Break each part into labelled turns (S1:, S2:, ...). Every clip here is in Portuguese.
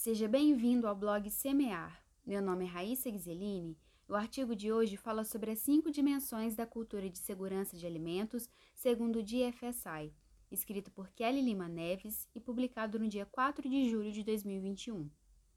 S1: Seja bem-vindo ao blog Semear. Meu nome é Raíssa Ghiseline e o artigo de hoje fala sobre as 5 dimensões da cultura de segurança de alimentos segundo o DFSI, escrito por Kelly Lima Neves e publicado no dia 4 de julho de 2021.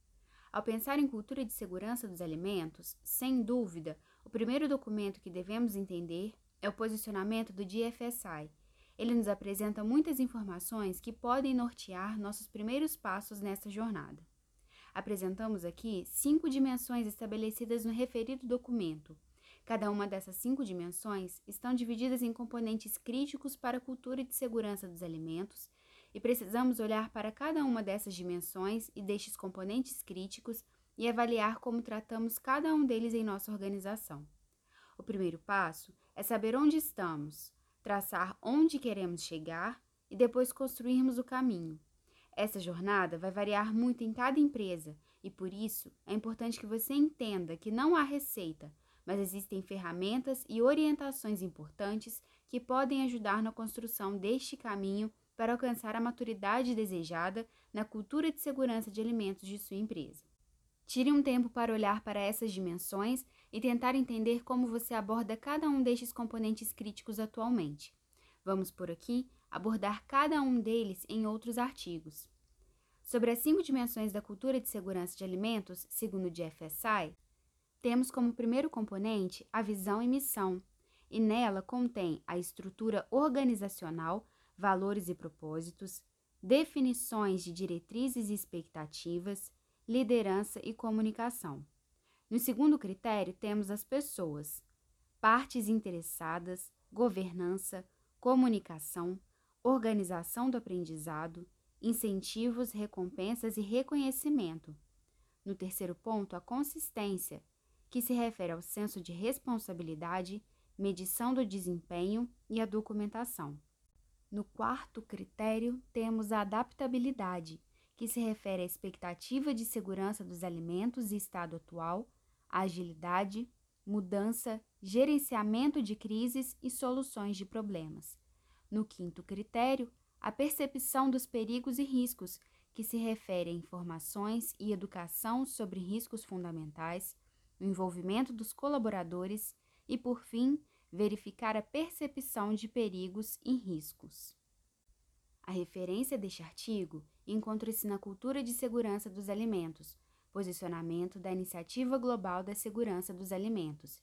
S1: Ao pensar em cultura de segurança dos alimentos, sem dúvida, o primeiro documento que devemos entender é o posicionamento do DFSI. Ele nos apresenta muitas informações que podem nortear nossos primeiros passos nessa jornada. Apresentamos aqui 5 dimensões estabelecidas no referido documento. Cada uma dessas 5 dimensões estão divididas em componentes críticos para a cultura de segurança dos alimentos e precisamos olhar para cada uma dessas dimensões e destes componentes críticos e avaliar como tratamos cada um deles em nossa organização. O primeiro passo é saber onde estamos, traçar onde queremos chegar e depois construirmos o caminho. Essa jornada vai variar muito em cada empresa e, por isso, é importante que você entenda que não há receita, mas existem ferramentas e orientações importantes que podem ajudar na construção deste caminho para alcançar a maturidade desejada na cultura de segurança de alimentos de sua empresa. Tire um tempo para olhar para essas dimensões e tentar entender como você aborda cada um destes componentes críticos atualmente. Vamos por aqui abordar cada um deles em outros artigos. Sobre as 5 dimensões da cultura de segurança de alimentos, segundo o DFSI, temos como primeiro componente a visão e missão, e nela contém a estrutura organizacional, valores e propósitos, definições de diretrizes e expectativas, liderança e comunicação. No segundo critério, temos as pessoas, partes interessadas, governança, comunicação, organização do aprendizado, incentivos, recompensas e reconhecimento. No terceiro ponto, a consistência, que se refere ao senso de responsabilidade, medição do desempenho e a documentação. No quarto critério, temos a adaptabilidade, que se refere à expectativa de segurança dos alimentos e estado atual, a agilidade, mudança, gerenciamento de crises e soluções de problemas. No quinto critério, a percepção dos perigos e riscos, que se refere a informações e educação sobre riscos fundamentais, o envolvimento dos colaboradores e, por fim, verificar a percepção de perigos e riscos. A referência deste artigo encontra-se na Cultura de Segurança dos Alimentos, posicionamento da Iniciativa Global da Segurança dos Alimentos,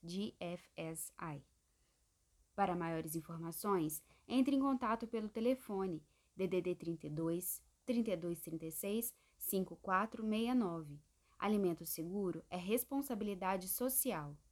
S1: DFSI. Para maiores informações, entre em contato pelo telefone DDD 32 3236 5469. Alimento seguro é responsabilidade social.